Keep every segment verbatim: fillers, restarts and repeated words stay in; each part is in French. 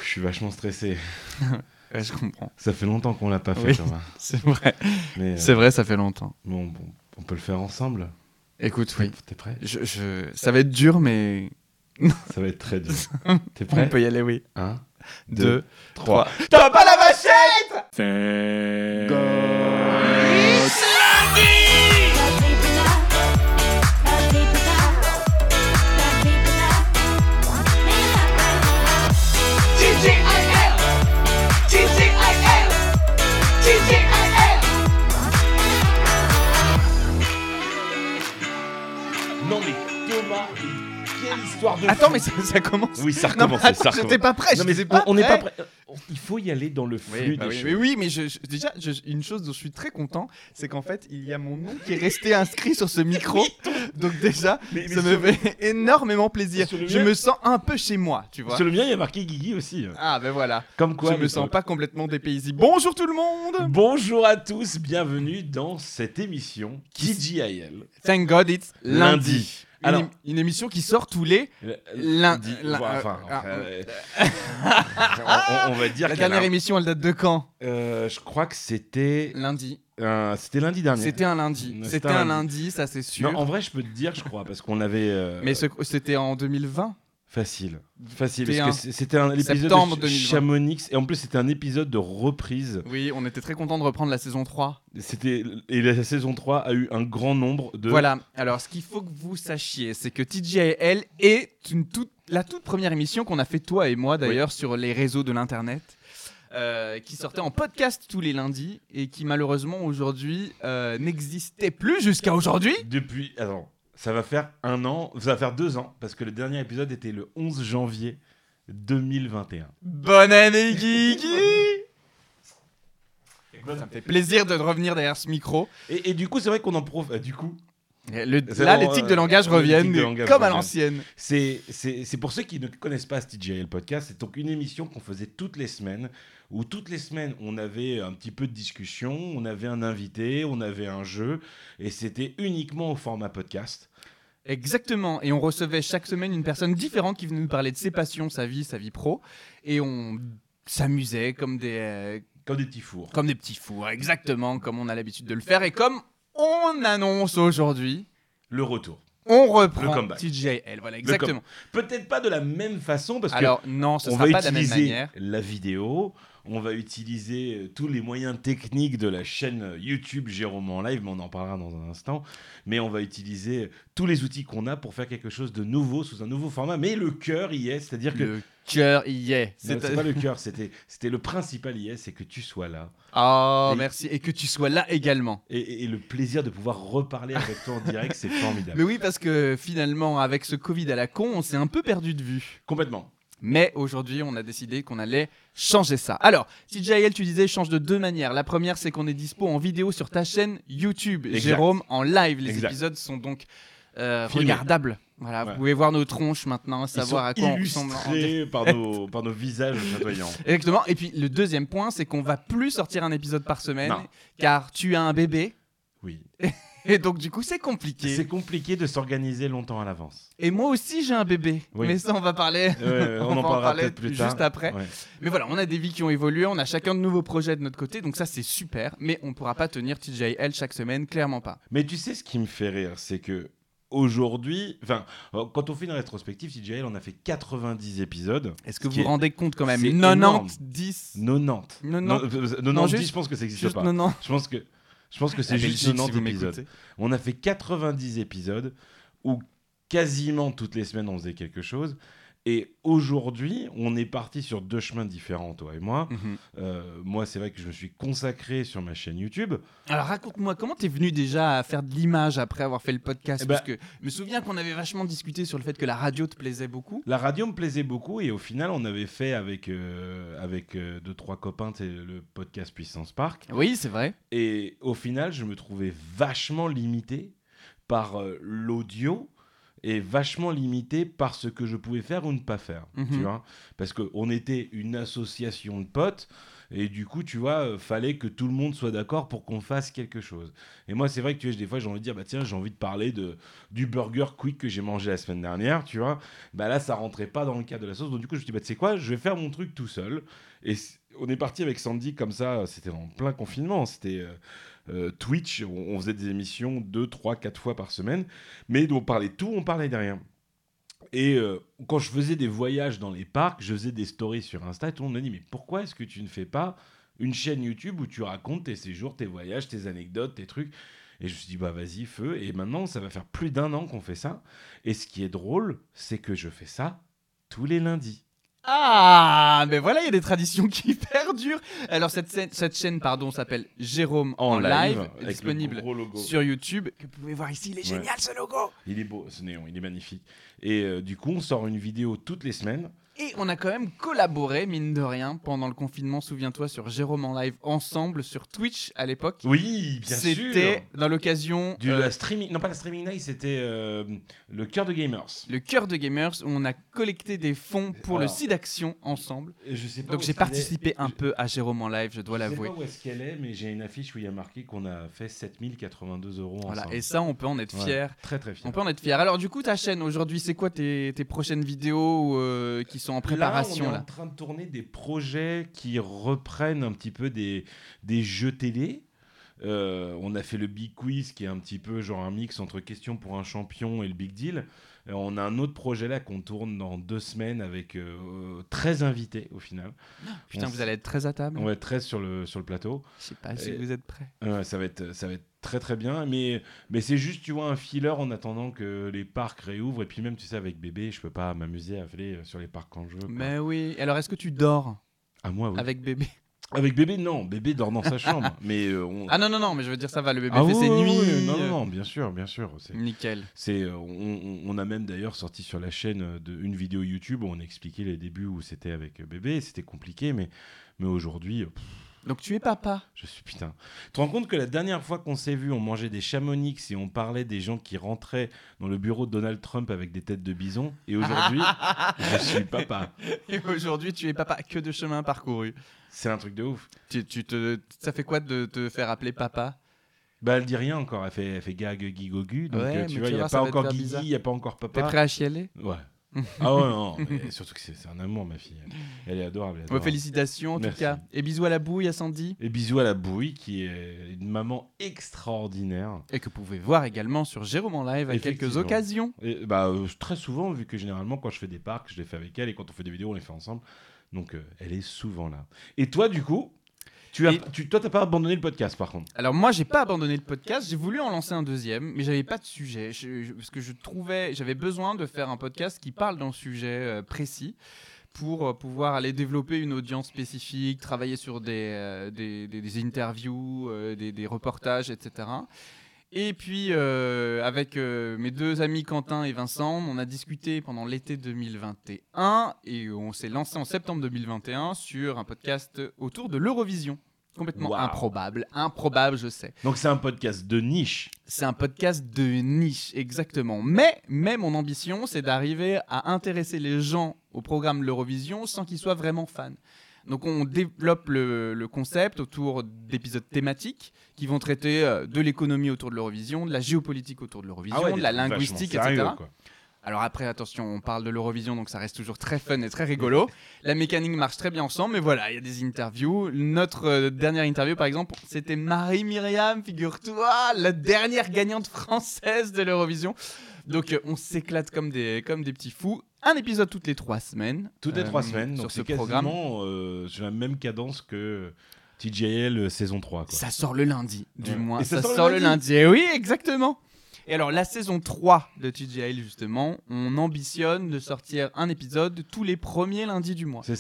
suis vachement stressé. Ouais, je comprends. Ça fait longtemps qu'on l'a pas fait, Oui, Thomas. c'est vrai. Mais, euh, C'est vrai, ça fait longtemps. bon, bon, on peut le faire ensemble. Écoute, oui. T'es prêt? Je, je... Ça va être dur, mais Ça va être très dur. T'es on prêt? peut y aller, oui. Un, Deux, deux, trois. Top à la vachette! Non mais Thomas, quelle histoire de Attends, fou. mais ça, ça commence. Oui, ça Non, mais recommence. attends, ça j'étais recommence. pas prêt. Non mais j'étais pas on n'est pas prêt. prêt. Il faut y aller dans le flux Oui, bah des oui, choses. mais oui, mais je, je- déjà, je- une chose dont je suis très content, c'est qu'en fait, il y a mon nom qui est resté inscrit sur ce micro. Donc déjà, Mais- mais ça me sur- fait énormément plaisir. sur le Je mien- me sens un peu chez moi, tu vois. Sur le mien, il y a marqué Guigui aussi. Ah ben voilà. Comme quoi. je me le- sens pas complètement dépaysé. Bonjour tout le monde. Bonjour à tous, bienvenue dans cette émission T G I L. Thank God it's lundi. Lundi. Une, Alors- ém- une émission qui sort tous les. Lundi. Lin- Voilà, euh, enfin, ah, enfin, euh, on, on- on va dire La qu'elle dernière a- émission, elle date de quand? Euh, je crois que c'était Lundi. euh, c'était lundi dernier. C'était un lundi. C'était C'était un un lundi. lundi, ça c'est sûr. Non, en vrai, je peux te dire, je crois, parce qu'on avait euh, Mais ce- c'était en deux mille vingt. facile, facile, C'était parce que un- c- c'était un épisode septembre de deux Ch- mille vingt. Chamonix, et en plus c'était un épisode de reprise. Oui, on était très content de reprendre la saison trois. C'était et la saison trois a eu un grand nombre de. Voilà. Alors, ce qu'il faut que vous sachiez, c'est que T J I L est une toute, la toute première émission qu'on a fait toi et moi d'ailleurs sur les réseaux de l'internet, euh, qui sortait en podcast tous les lundis et qui malheureusement aujourd'hui euh, n'existait plus jusqu'à aujourd'hui. Depuis, attends, ça va faire un an, ça va faire deux ans, parce que le dernier épisode était le onze janvier deux mille vingt et un. Bonne année, Guigui. Ça me fait plaisir de revenir derrière ce micro. Et, et du coup, c'est vrai qu'on en profite. Du coup, Le- C'est là, bon, les tics euh, de langage les reviennent tics de langage comme à reviennent. l'ancienne. c'est c'est c'est pour ceux qui ne connaissent pas ce T J I L podcast, c'est donc une émission qu'on faisait toutes les semaines, où toutes les semaines on avait un petit peu de discussion, on avait un invité, on avait un jeu, et c'était uniquement au format podcast. Exactement, et on recevait chaque semaine une personne différente qui venait nous parler de ses passions, sa vie, sa vie pro, et on s'amusait comme des, euh, Comme des petits fours. comme des petits fous, exactement comme on a l'habitude de le faire, et comme on annonce aujourd'hui, Le retour. on Le reprend comeback. T J I L, voilà, exactement. Peut-être pas de la même façon, parce que Alors non, ce on sera va pas de la même utiliser manière. la vidéo, on va utiliser euh, tous les moyens techniques de la chaîne euh, YouTube Jérôme en live, mais on en parlera dans un instant. Mais on va utiliser euh, tous les outils qu'on a pour faire quelque chose de nouveau sous un nouveau format. Mais le cœur y est, c'est-à-dire que Le cœur y est. non, C'est- c'est pas le cœur, c'était c'était le principal y est, c'est que tu sois là Oh, Et- merci, et que tu sois là également. et, et- et le plaisir de pouvoir reparler avec toi en direct, c'est formidable. Mais oui, parce que finalement, avec ce Covid à la con, on s'est un peu perdu de vue. Complètement. Mais aujourd'hui, on a décidé qu'on allait changer ça. Alors, T J I L, tu disais, change de deux manières. La première, c'est qu'on est dispo en vidéo sur ta chaîne YouTube. Exact. Jérôme, en live. Les Exact. épisodes sont donc euh, Filmés. regardables. Voilà, Ouais. vous pouvez voir nos tronches maintenant, Ils savoir sont à quoi on ressemble. en- illustrés par nos, par nos visages chatoyants. Exactement. Et puis, le deuxième point, c'est qu'on va plus sortir un épisode par semaine, Non. car tu as un bébé. Oui. Et donc, du coup, c'est compliqué. C'est compliqué de s'organiser longtemps à l'avance. Et moi aussi, j'ai un bébé. Oui. Mais ça, on va parler. Ouais, on, en va parlera parler peut-être plus tard. juste après. Ouais. Mais voilà, on a des vies qui ont évolué, on a chacun de nouveaux projets de notre côté, donc ça c'est super, mais on pourra pas tenir T J I L chaque semaine, clairement pas. Mais tu sais ce qui me fait rire, c'est que aujourd'hui, enfin, euh, quand on fait une rétrospective, T J I L, on a fait quatre-vingt-dix épisodes. Est-ce que Ce vous qui vous est- rendez compte quand même c'est énorme. quatre-vingt-dix quatre-vingt-dix. quatre-vingt-dix Non, Non, euh, euh, Non, quatre-vingt-dix, juste- je pense que ça n'existe Juste pas. quatre-vingt-dix. Je pense que, je pense que c'est La juste Belgique, si quatre-vingt-dix vous épisodes. m'écoutez. On a fait quatre-vingt-dix épisodes où quasiment toutes les semaines on faisait quelque chose. Et aujourd'hui, on est parti sur deux chemins différents, toi et moi. Mhm. Euh, moi, c'est vrai que je me suis consacré sur ma chaîne YouTube. Alors raconte-moi, comment t'es venu déjà à faire de l'image après avoir fait le podcast Eh ben- Parce que je me souviens qu'on avait vachement discuté sur le fait que la radio te plaisait beaucoup. La radio me plaisait beaucoup et au final, on avait fait avec, euh, avec euh, deux, trois copains c'est le podcast Puissance Park. Oui, c'est vrai. Et au final, je me trouvais vachement limité par euh, l'audio est vachement limité par ce que je pouvais faire ou ne pas faire, Mhm. tu vois, parce qu'on était une association de potes. Et du coup, tu vois, euh, fallait que tout le monde soit d'accord pour qu'on fasse quelque chose. Et moi, c'est vrai que tu vois, des fois, j'ai envie de dire, bah tiens, j'ai envie de parler de, du burger quick que j'ai mangé la semaine dernière, tu vois. Bah là, ça rentrait pas dans le cadre de la sauce. Donc du coup, je me dis, bah tu sais quoi, je vais faire mon truc tout seul. Et c- on est parti avec Sandy comme ça, c'était en plein confinement. C'était euh, euh, Twitch, on, on faisait des émissions deux, trois, quatre fois par semaine. Mais on parlait de tout, on parlait de rien. Et euh, quand je faisais des voyages dans les parcs, je faisais des stories sur Insta et tout le monde me dit mais pourquoi est-ce que tu ne fais pas une chaîne YouTube où tu racontes tes séjours, tes voyages, tes anecdotes, tes trucs. Et je me suis dit bah vas-y feu. Et maintenant ça va faire plus d'un an qu'on fait ça. Et ce qui est drôle, c'est que je fais ça tous les lundis. Ah, mais voilà, il y a des traditions qui perdurent. Alors cette, scène- cette chaîne, pardon, s'appelle Jérôme en, En live, live, avec disponible le gros logo. sur YouTube. Que vous pouvez voir ici, il est Ouais. génial ce logo. Il est beau ce néon, il est magnifique. Et euh, du coup on sort une vidéo toutes les semaines. Et on a quand même collaboré, mine de rien, pendant le confinement, souviens-toi, sur Jérôme en live, ensemble, sur Twitch à l'époque. Oui, bien sûr. C'était dans l'occasion Du euh, la streaming, non pas la streaming night, c'était euh, le cœur de gamers. le cœur de gamers, où on a collecté des fonds pour Alors, le SIDAction ensemble. Et je sais pas Donc où j'ai est-ce qu'elle participé est. un Je- peu à Jérôme en live, je dois Je sais l'avouer. pas où est-ce qu'elle est, mais j'ai une affiche où il y a marqué qu'on a fait sept mille quatre-vingt-deux euros Voilà, ensemble. et ça, on peut en être Ouais, fier. Très très fier. On peut en être fier. Alors du coup, ta chaîne aujourd'hui, c'est quoi tes, tes prochaines vidéos euh, qui sont en préparation là, on est là, en train de tourner des projets qui reprennent un petit peu des, des jeux télé. Euh, on a fait le Big Quiz qui est un petit peu genre un mix entre questions pour un champion et le Big Deal. Euh, on a un autre projet là qu'on tourne dans deux semaines avec euh, treize invités au final. Putain, On vous s- allez être très à table. On va être treize sur le, sur le plateau. Je sais pas si Et- vous êtes prêts. Ouais, ça va être, ça va être très très bien, mais, mais c'est juste, tu vois, un filler en attendant que les parcs réouvrent. Et puis même, tu sais, avec bébé, je peux pas m'amuser à aller euh, sur les parcs quand je veux. quoi. Mais oui. Alors, est-ce que tu dors À moi, oui. Avec... avec bébé? bébé, non. Bébé dort dans sa chambre. Mais euh, on... Ah non, non, non, mais je veux dire, ça va, le bébé Ah fait oui, ses oui, nuits. oui, non, non, euh, non, bien sûr, bien sûr. C'est, Nickel. c'est, euh, on, on- on a même d'ailleurs sorti sur la chaîne euh, de, une vidéo YouTube où on expliquait les débuts où c'était avec euh, bébé. C'était compliqué, mais, mais aujourd'hui... euh, pff, Donc tu es papa. Je suis putain. Tu te rends compte que la dernière fois qu'on s'est vu, on mangeait des chamonix et on parlait des gens qui rentraient dans le bureau de Donald Trump avec des têtes de bison. Et aujourd'hui, je suis papa. Et aujourd'hui, tu es papa. Que de chemin parcouru. C'est un truc de ouf. Tu, tu te, ça fait quoi de te faire appeler papa? Bah, elle dit rien encore. Elle fait, elle fait gag, gigogu. Donc, Ouais, euh, mais tu tu vois, il n'y vas a voir, ça pas va te encore faire Guigui, bizarre. il n'y a pas encore T'es papa. prêt à chialer? Ouais. Ah ouais, non. Mais surtout que c'est, c'est un amour, ma fille. Elle est adorable. elle est Ouais, adorable. félicitations en Merci. tout cas. Et bisous à la bouille, à Sandy. Et bisous à la bouille, qui est une maman extraordinaire. Et que vous pouvez voir également sur Jérôme en live à quelques Effectivement. occasions. Et, bah, euh, très souvent, vu que généralement, quand je fais des parcs, je les fais avec elle, et quand on fait des vidéos, on les fait ensemble. Donc, euh, elle est souvent là. Et toi, du coup, tu as, Et- tu, toi, t'as pas abandonné le podcast, par contre. Alors moi, j'ai pas abandonné le podcast. J'ai voulu en lancer un deuxième, mais j'avais pas de sujet. Je- je- parce que je trouvais, j'avais besoin de faire un podcast qui parle d'un sujet euh, précis pour euh, pouvoir aller développer une audience spécifique, travailler sur des, euh, des, des- des interviews, euh, des, des reportages, et cetera. Et puis, euh, avec euh, mes deux amis Quentin et Vincent, on a discuté pendant l'été deux mille vingt et un et on s'est lancé en septembre deux mille vingt et un sur un podcast autour de l'Eurovision. Complètement Waouh. improbable, improbable, je sais. Donc, c'est un podcast de niche. C'est un podcast de niche, exactement. Mais, mais mon ambition, c'est d'arriver à intéresser les gens au programme de l'Eurovision sans qu'ils soient vraiment fans. Donc on développe le, le concept autour d'épisodes thématiques qui vont traiter euh, de l'économie autour de l'Eurovision, de la géopolitique autour de l'Eurovision, Ah ouais, de des la trucs linguistique, vachement sérieux, et cetera. quoi. Alors après, attention, on parle de l'Eurovision, donc ça reste toujours très fun et très rigolo. La mécanique marche très bien ensemble, mais voilà, il y a des interviews. Notre euh, dernière interview, par exemple, c'était Marie-Myriam, figure-toi, la dernière gagnante française de l'Eurovision. Donc euh, on s'éclate comme des, comme des petits fous. Un épisode toutes les trois semaines. Toutes les euh, trois semaines. sur Donc, ce c'est programme. quasiment euh, sur la même cadence que T J L euh, saison trois. Quoi. Ça sort le lundi, du Ouais. moins. Et ça Ça, sort le sort le lundi lundi. Et oui, exactement. Et alors, la saison trois de T J L, justement, on ambitionne de sortir un épisode tous les premiers lundis du mois. C'est ça.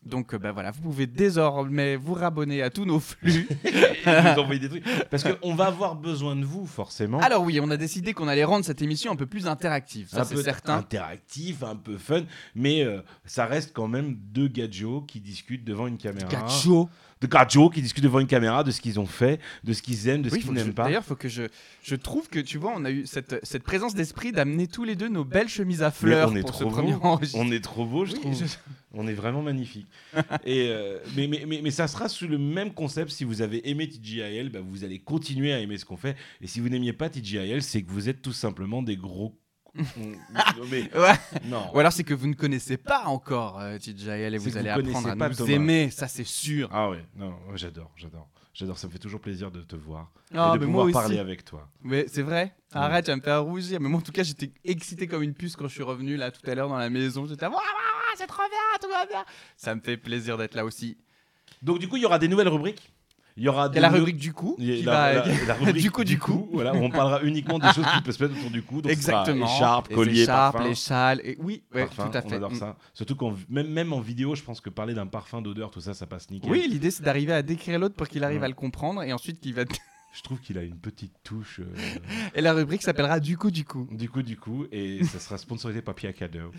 Donc euh, bah voilà, vous pouvez désormais vous rabonner à tous nos flux. Et nous envoyer des trucs. Parce qu'on va avoir besoin de vous, forcément. Alors oui, on a décidé qu'on allait rendre cette émission un peu plus interactive, ça un c'est peu certain. interactif, un peu fun, mais euh, ça reste quand même deux gadgets qui discutent devant une caméra. Gacho. De gadgets qui discutent devant une caméra de ce qu'ils ont fait, de ce qu'ils aiment, de ce Oui, qu'ils faut que je- n'aiment pas. D'ailleurs, faut que je, je trouve que tu vois, on a eu cette, cette présence d'esprit d'amener tous les deux nos belles chemises à Mais fleurs on est pour ce trop premier beau. enregistrement. On est trop beau, je Oui, trouve. je- On est vraiment magnifique. Et euh, mais, mais, mais, mais ça sera sous le même concept. Si vous avez aimé T G I L, bah, vous allez continuer à aimer ce qu'on fait. Et si vous n'aimiez pas T G I L, c'est que vous êtes tout simplement des gros. mais, Ouais. non. Ou alors c'est que vous ne connaissez pas encore euh, T J L et C'est vous que allez vous apprendre à connaissez pas nous Thomas. aimer, ça c'est sûr. Ah ouais, non, ouais, j'adore, j'adore. J'adore, ça me fait toujours plaisir de te voir Ah, et de mais pouvoir moi parler aussi. avec toi. Mais c'est vrai. Ouais. Arrête, tu vas me faire rougir. Mais moi en tout cas, j'étais excité comme une puce quand je suis revenu là tout à l'heure dans la maison. J'étais là, Ouah, ouah, ouah, c'est trop bien, tout va bien. Ça me fait plaisir d'être là aussi. Donc du coup, il y aura des nouvelles rubriques. Il y aura Il y a la des nou- rubrique du coup Il y a qui la, va. la- la rubrique Du coup, du coup. voilà, où on parlera uniquement des choses qui peuvent se mettre autour du cou. Donc ce sera Exactement. écharpe, Les collier, écharpes, parfum. les châles. Et oui, ouais, Parfum, tout à fait. On adore Mm. ça. Surtout qu'en même, même en vidéo, je pense que parler d'un parfum, d'odeur, tout ça, ça passe nickel. Oui, l'idée c'est d'arriver à décrire l'autre pour qu'il arrive Ouais. à le comprendre et ensuite qu'il va. Je trouve qu'il a une petite touche. euh, Et la rubrique s'appellera du coup, du coup. du coup, du coup, et ça sera sponsorisé par Pierre Cadeau.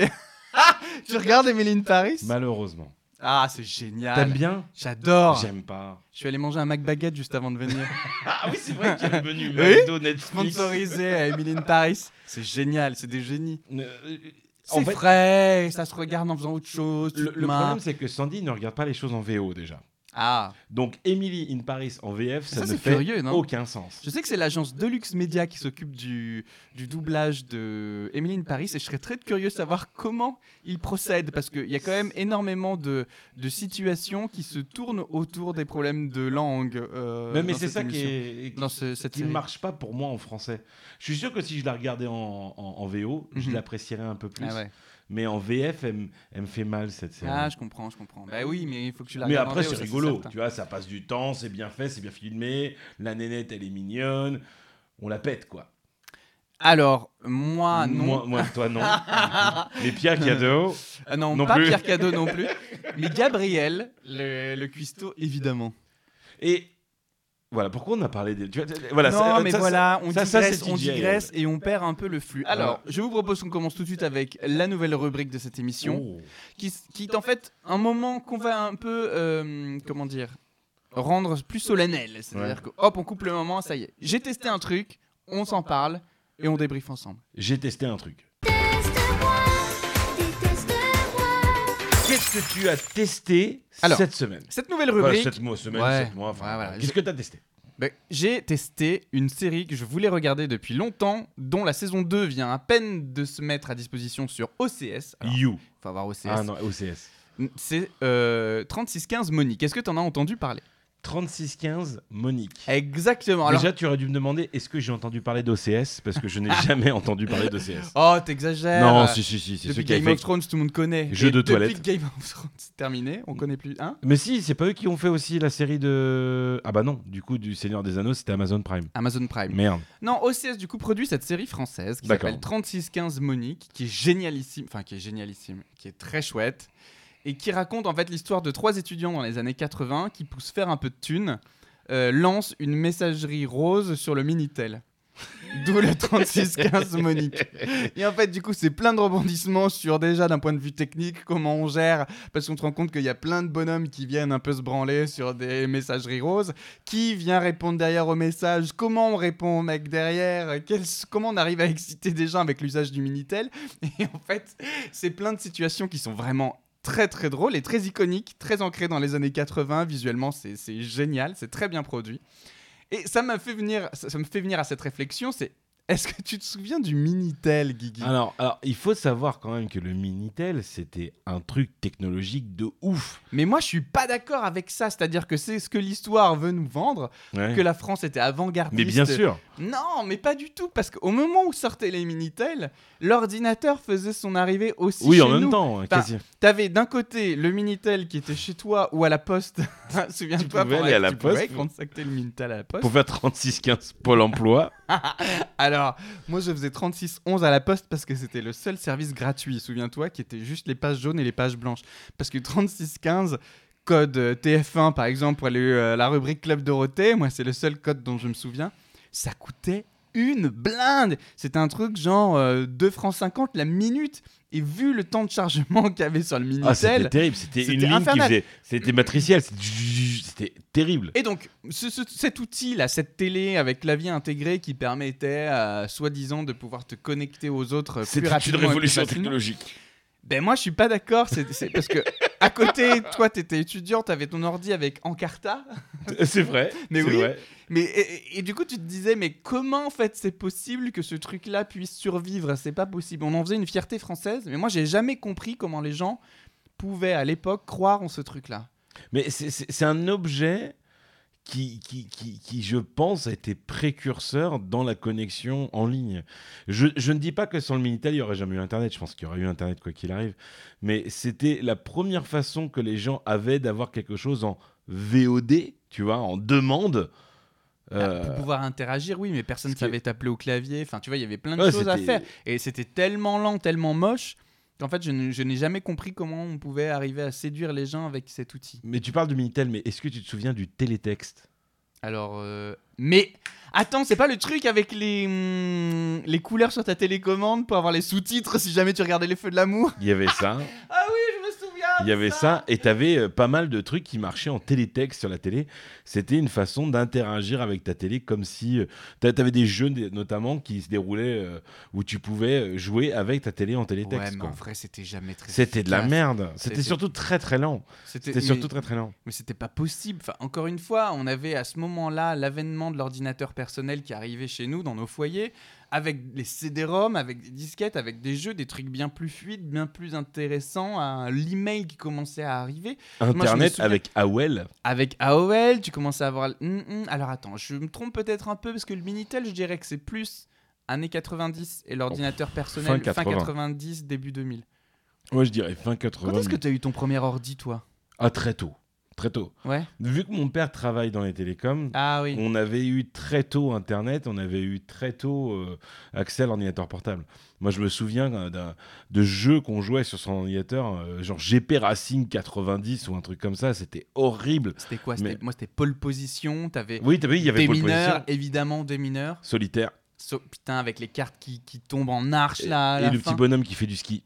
Tu regardes Emily in Paris? Malheureusement. Ah, c'est génial. T'aimes bien? J'adore. J'aime pas. Je suis allé manger un McBaguette juste avant de venir. Ah oui, c'est vrai qu'il y a le menu Oui. McDo, Netflix. Sponsorisé à Emily in Paris. C'est génial, c'est des génies. Euh, C'est en fait, frais, ça se regarde en faisant autre chose. tu le, te le marres. problème, c'est que Sandy ne regarde pas les choses en V O déjà. Ah, Donc, Emily in Paris en V F, ça, Ça, ne c'est fait curieux, non aucun sens. je sais que c'est l'agence Deluxe Media qui s'occupe du, du doublage de Emily in Paris et je serais très curieux de savoir comment ils procèdent parce qu'il y a quand même énormément de, de situations qui se tournent autour des problèmes de langue. euh, mais mais dans c'est cette ça qui, émission. est, Dans ce- cette qui ne série. marche pas pour moi en français. Je suis sûr que si je la regardais en, en, en V O, je Mhm. l'apprécierais un peu plus. Ah ouais. Mais en V F, elle, me- elle me fait mal cette série. Ah, je comprends, je comprends. Bah oui, mais il faut que tu la Mais regardes en après, V O, c'est ça, rigolo. certain. Tu vois, ça passe du temps, c'est bien fait, c'est bien filmé. La nénette, elle est mignonne. On la pète, quoi. Alors, moi, non. Moi, moi, toi, non. Mais Pierre Cadeau. Ah non, non pas plus. Pierre Cadeau non plus. Mais Gabriel, le, le cuistot, évidemment. Et voilà, pourquoi on a parlé des. Tu vois, voilà, non, ça- mais ça- voilà, on ça- ça, digresse, c'est on T J I L. digresse et on perd un peu le flux. Alors, Voilà. je vous propose qu'on commence tout de suite avec la nouvelle rubrique de cette émission, Oh. qui, s- qui est en fait un moment qu'on va un peu, euh, comment dire, rendre plus solennel. C'est-à-dire Ouais. que, hop, on coupe le moment, ça y est. J'ai testé un truc, on s'en parle et on débriefe ensemble. J'ai testé un truc. Teste-moi, déteste-moi. Qu'est-ce que tu as testé Alors, cette semaine? Cette nouvelle Voilà, rubrique, sept mois, semaine, Ouais. sept mois. enfin, Ouais, voilà. Qu'est-ce J'ai- que tu as testé? ben, j'ai testé une série que je voulais regarder depuis longtemps, dont la saison deux vient à peine de se mettre à disposition sur O C S. Alors, You. faut avoir O C S. Ah non, O C S. C'est euh, trente-six quinze Monique. Est-ce que tu en as entendu parler? trente-six quinze Monique. Exactement. Alors... Déjà, tu aurais dû me demander est-ce que j'ai entendu parler d'O C S? Parce que je n'ai jamais entendu parler d'O C S. Oh, t'exagères. Non, Euh, si, si, si, c'est Depuis ceux qui avaient Game of fait. Thrones, tout le monde connaît. Jeu Et de depuis toilette. que Game of Thrones, c'est terminé. On connaît plus. Hein? Mais si, c'est pas eux qui ont fait aussi la série de. Ah bah non, du coup, du Seigneur des Anneaux, c'était Amazon Prime. Amazon Prime. Merde. Non, O C S du coup produit cette série française qui D'accord. s'appelle trente-six quinze Monique, qui est génialissime, enfin qui est génialissime, qui est très chouette, et qui raconte en fait l'histoire de trois étudiants dans les années quatre-vingts qui poussent faire un peu de thunes, euh, lancent une messagerie rose sur le Minitel. D'où le trente-six quinze Monique. Et en fait, du coup, c'est plein de rebondissements sur déjà d'un point de vue technique, comment on gère, parce qu'on se rend compte qu'il y a plein de bonhommes qui viennent un peu se branler sur des messageries roses, qui vient répondre derrière aux messages, comment on répond au mec derrière, quel- comment on arrive à exciter des gens avec l'usage du Minitel. Et en fait, c'est plein de situations qui sont vraiment très très drôles et très iconiques, très ancrées dans les années quatre-vingts. Visuellement, c'est c'est génial, c'est très bien produit. Et ça m'a fait venir, ça, ça me fait venir à cette réflexion, c'est est-ce que tu te souviens du Minitel, Guigui? Alors, alors, il faut savoir quand même que le Minitel, c'était un truc technologique de ouf. Mais moi, je suis pas d'accord avec ça. C'est-à-dire que c'est ce que l'histoire veut nous vendre, Ouais. que la France était avant-gardiste. Mais bien sûr. Non, mais pas du tout, parce qu'au moment où sortaient les Minitel, l'ordinateur faisait son arrivée aussi Oui, chez en même nous. temps. quasi. T'avais d'un côté le Minitel qui était chez toi ou à la poste. Souviens-toi, pouvais pour aller à être- la tu pouvais poste. contacter le Minitel à la poste. Pour faire trente-six quinze Pôle emploi. Alors, Alors, moi, je faisais trente-six onze à la poste parce que c'était le seul service gratuit, souviens-toi, qui était juste les pages jaunes et les pages blanches. Parce que trente-six quinze, code euh, T F un, par exemple, pour aller euh, la rubrique Club Dorothée, moi, c'est le seul code dont je me souviens, ça coûtait une blinde. C'était un truc genre euh, deux francs cinquante la minute. Et vu le temps de chargement qu'il y avait sur le Minitel... Ah, c'était terrible, c'était, c'était une ligne qui infernal. faisait... C'était matriciel, c'était, c'était terrible. Et donc, ce- ce- cet outil-là, cette télé avec clavier intégré qui permettait, euh, soi-disant, de pouvoir te connecter aux autres C'était plus une rapidement et plus révolution facilement. technologique. Ben moi, je suis pas d'accord. C'est, c'est parce que à côté, toi, t'étais étudiant, t'avais ton ordi avec Encarta. C'est vrai, Mais c'est oui. vrai. Mais et, et- et du coup, tu te disais, mais comment en fait c'est possible que ce truc-là puisse survivre? C'est pas possible. On en faisait une fierté française, mais moi, j'ai jamais compris comment les gens pouvaient à l'époque croire en ce truc-là. Mais c'est, c'est, c'est un objet qui, qui, qui, qui, je pense, a été précurseur dans la connexion en ligne. Je, je ne dis pas que sans le Minitel, il n'y aurait jamais eu Internet. Je pense qu'il y aurait eu Internet quoi qu'il arrive. Mais c'était la première façon que les gens avaient d'avoir quelque chose en V O D, tu vois, en demande. Euh, Ah, pour pouvoir interagir, oui, mais personne ne ce qui est- savait taper au clavier. Enfin, tu vois, il y avait plein de Ouais, choses à c'était- faire. Et c'était tellement lent, tellement moche, qu'en fait, je, ne- je n'ai jamais compris comment on pouvait arriver à séduire les gens avec cet outil. Mais tu parles du Minitel, mais est-ce que tu te souviens du télétexte? Alors, euh, mais attends, c'est pas le truc avec les, hum, les couleurs sur ta télécommande pour avoir les sous-titres si jamais tu regardais Les Feux de l'amour? Il y avait ça. Ah oui, je me souviens. Il y avait ça, et tu avais pas mal de trucs qui marchaient en télétexte sur la télé. C'était une façon d'interagir avec ta télé, comme si... tu avais des jeux, des- notamment, qui se déroulaient euh, où tu pouvais euh, jouer avec ta télé en Ouais, télétexte. mais quoi. en vrai, c'était jamais très. C'était de la efficace. merde. C'était C'était- surtout très très lent. C'était C'était mais- surtout très très lent. Mais c'était pas possible. Enfin, encore une fois, on avait à ce moment-là l'avènement de l'ordinateur personnel qui arrivait chez nous, dans nos foyers, avec les C D-ROM, avec des disquettes, avec des jeux, des trucs bien plus fluides, bien plus intéressants, un- l'email qui commençait à arriver. Moi, je me Internet souviens- avec A O L. Avec A O L, tu commençais à avoir... Hum, hum. Alors attends, je me trompe peut-être un peu, parce que le Minitel, je dirais que c'est plus années quatre-vingt-dix et l'ordinateur personnel fin fin quatre-vingts. quatre-vingt-dix, début deux mille. Moi je dirais fin quatre-vingts. Quand est-ce que tu as eu ton premier ordi, toi? Ah, très tôt. Très tôt. Ouais. Vu que mon père travaille dans les télécoms, Ah oui. on avait eu très tôt Internet, on avait eu très tôt euh, accès à l'ordinateur portable. Moi, je me souviens euh, d'un, de jeux qu'on jouait sur son ordinateur, euh, genre G P Racing quatre-vingt-dix ou un truc comme ça, c'était horrible. C'était quoi? C'était- Mais- Moi, c'était pole position. T'avais Oui, t'as vu, il y avait des Pole mineurs, Position, évidemment, des mineurs. solitaire, So- putain, avec les cartes qui, qui tombent en arche et, là. à et la le fin. petit bonhomme qui fait du ski.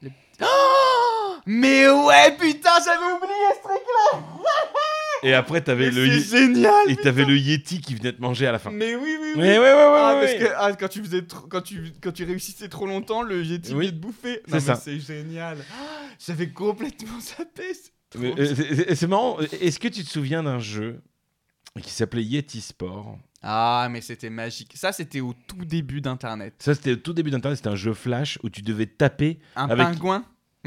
Oh mais ouais, putain, j'avais oublié ce truc. Et après, t'avais le, C'est Ye- génial. et t'avais le Yeti qui venait te manger à la fin. Mais oui, oui, oui. Ouais, ouais, ouais, ouais. Ah, ouais, parce ouais. que ah, quand tu faisais trop- quand tu quand tu réussissais trop longtemps, le Yeti Oui, venait te bouffer. c'est Non, mais ça. c'est génial. Ah, j'avais complètement zappé. c'est trop Mais, bien. euh, c'est- c'est c'est marrant. Est-ce que tu te souviens d'un jeu qui s'appelait Yeti Sport? Ah, mais c'était magique. Ça, c'était au tout début d'Internet. Ça, c'était au tout début d'Internet. C'était un jeu flash où tu devais taper. Un Avec- pingouin.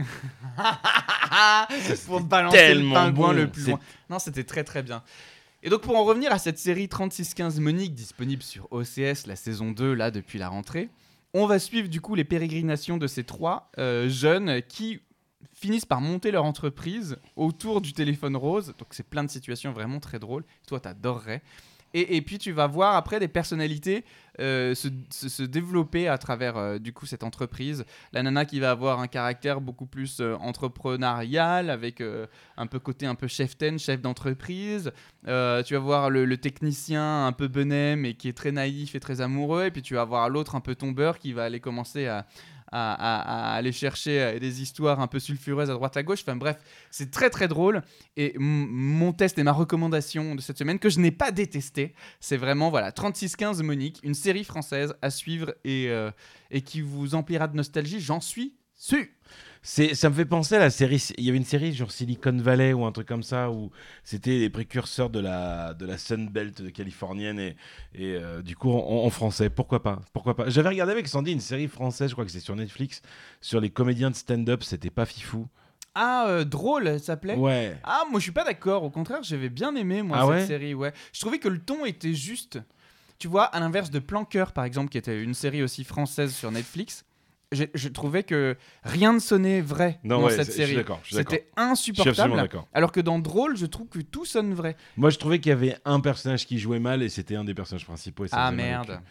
Pour balancer le tellement pingouin bon. le plus C'est- loin. Non, c'était très très bien. Et donc pour en revenir à cette série trente-six quinze Monique disponible sur O C S, la saison deux, là, depuis la rentrée, on va suivre du coup les pérégrinations de ces trois euh, jeunes qui finissent par monter leur entreprise autour du téléphone rose. Donc c'est plein de situations vraiment très drôles. Toi, t'adorerais. Et, et puis tu vas voir après des personnalités euh, se, se- se développer à travers euh, du coup cette entreprise. La nana qui va avoir un caractère beaucoup plus euh, entrepreneurial, avec euh, un peu côté un peu chef-ten, chef d'entreprise. Euh, tu vas voir le, le technicien un peu benet mais qui est très naïf et très amoureux. Et puis tu vas voir l'autre un peu tombeur qui va aller commencer à, à, à- à aller chercher euh, des histoires un peu sulfureuses à droite à gauche. Enfin bref, c'est très très drôle. Et m- mon test et ma recommandation de cette semaine, que je n'ai pas détesté, c'est vraiment voilà trente-six quinze Monique, une série française à suivre et, euh, et qui vous emplira de nostalgie, j'en suis sûr. C'est, ça me fait penser à la série. Il y avait une série genre Silicon Valley ou un truc comme ça où c'était les précurseurs de la de la Sunbelt californienne et, et euh, du coup en, en français. Pourquoi pas Pourquoi pas J'avais regardé avec Sandy une série française, je crois que c'est sur Netflix, sur les comédiens de stand-up. C'était pas fifou. Ah, euh, drôle, ça s'appelait. Ouais. Ah, moi je suis pas d'accord. Au contraire, j'avais bien aimé moi Ah cette ouais série. Ouais, je trouvais que le ton était juste. Tu vois, à l'inverse de Planqueur par exemple, qui était une série aussi française sur Netflix, j'ai- je trouvais que rien ne sonnait vrai Non, dans ouais, cette c'est- je suis série. d'accord. Je suis d'accord. C'était Je suis absolument insupportable. d'accord. Alors que dans Drôle, je trouve que tout sonne vrai. Moi, je trouvais qu'il y avait un personnage qui jouait mal et c'était un des personnages principaux. Et ça Ah faisait mal au merde. cul.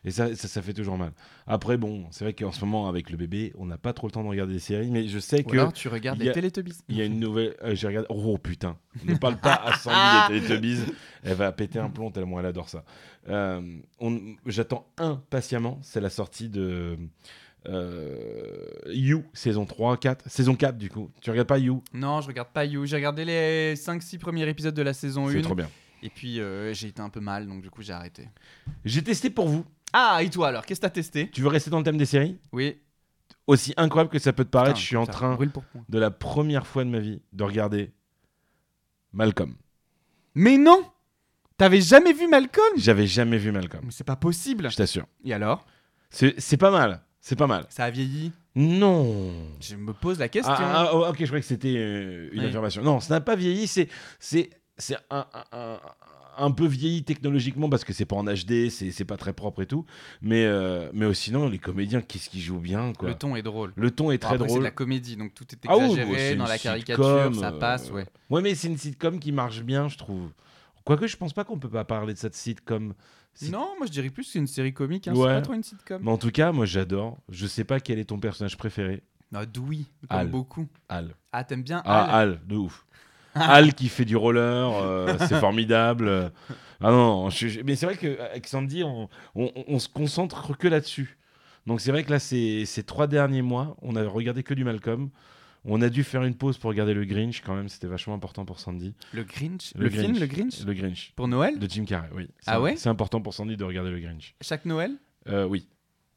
Et ça, ça, ça fait toujours mal. Après, bon, c'est vrai qu'en ce moment, avec le bébé, on n'a pas trop le temps de regarder des séries, mais je sais Ou que alors tu regardes il y a- les Teletubbies. il y a une nouvelle. euh, j'ai regardé. Oh putain, ne parle pas à Sandy des Teletubbies. Elle va péter un plomb tellement elle adore ça. Euh, on- J'attends impatiemment, c'est la sortie de euh, You, saison trois, quatre. Saison quatre, du coup. Tu regardes pas You? Non, je regarde pas You. J'ai regardé les cinq six premiers épisodes de la saison C'est un. trop bien. Et puis euh, j'ai été un peu mal, donc du coup j'ai arrêté. J'ai testé pour vous. Ah, et toi alors, qu'est-ce que t'as testé? Tu veux rester dans le thème des séries? Oui. Aussi incroyable que ça peut te paraître, Putain, je suis en ça train, brûle pour point. de la première fois de ma vie, de regarder Malcolm. Mais non! T'avais jamais vu Malcolm? J'avais jamais vu Malcolm. Mais c'est pas possible. Je t'assure. Et alors? C'est c'est pas mal. C'est pas mal. Ça a vieilli? Non. Je me pose la question. Ah, ah, oh, ok, je croyais que c'était euh, une Oui. affirmation. Non, ça n'a pas vieilli. C'est c'est c'est un, un, un, un peu vieilli technologiquement parce que c'est pas en H D, c'est c'est pas très propre et tout. Mais euh, mais oh, sinon, les comédiens, qu'est-ce qu'ils jouent bien, quoi. Le ton est drôle. Le ton est Bon, très après, c'est de drôle. la comédie, donc tout est Ah oui, exagéré bon, c'est dans une la caricature, sitcom, ça euh, passe, ouais. Ouais, mais c'est une sitcom qui marche bien, je trouve. Quoique, je pense pas qu'on peut pas parler de cette sitcom. Si- Non, moi je dirais plus que c'est une série comique, hein, Ouais. c'est pas trop une sitcom. Mais en tout cas, moi, j'adore. Je sais pas quel est ton personnage préféré. Ah, Dewey, comme Al. beaucoup. Al. Ah, t'aimes bien Ah, Al? Al, de ouf. Al qui fait du roller, euh, c'est formidable. Ah non, je- je- mais c'est vrai qu'avec Sandy, on, on, on se concentre que là-dessus. Donc c'est vrai que là, ces, ces trois derniers mois, on a regardé que du Malcolm. On a dû faire une pause pour regarder le Grinch quand même, c'était vachement important pour Sandy. Le Grinch? Le Le, Grinch. film, le Grinch? Le Grinch. Pour Noël? De Jim Carrey, oui. C'est- Ah ouais C'est important pour Sandy de regarder le Grinch. Chaque Noël? Euh, oui.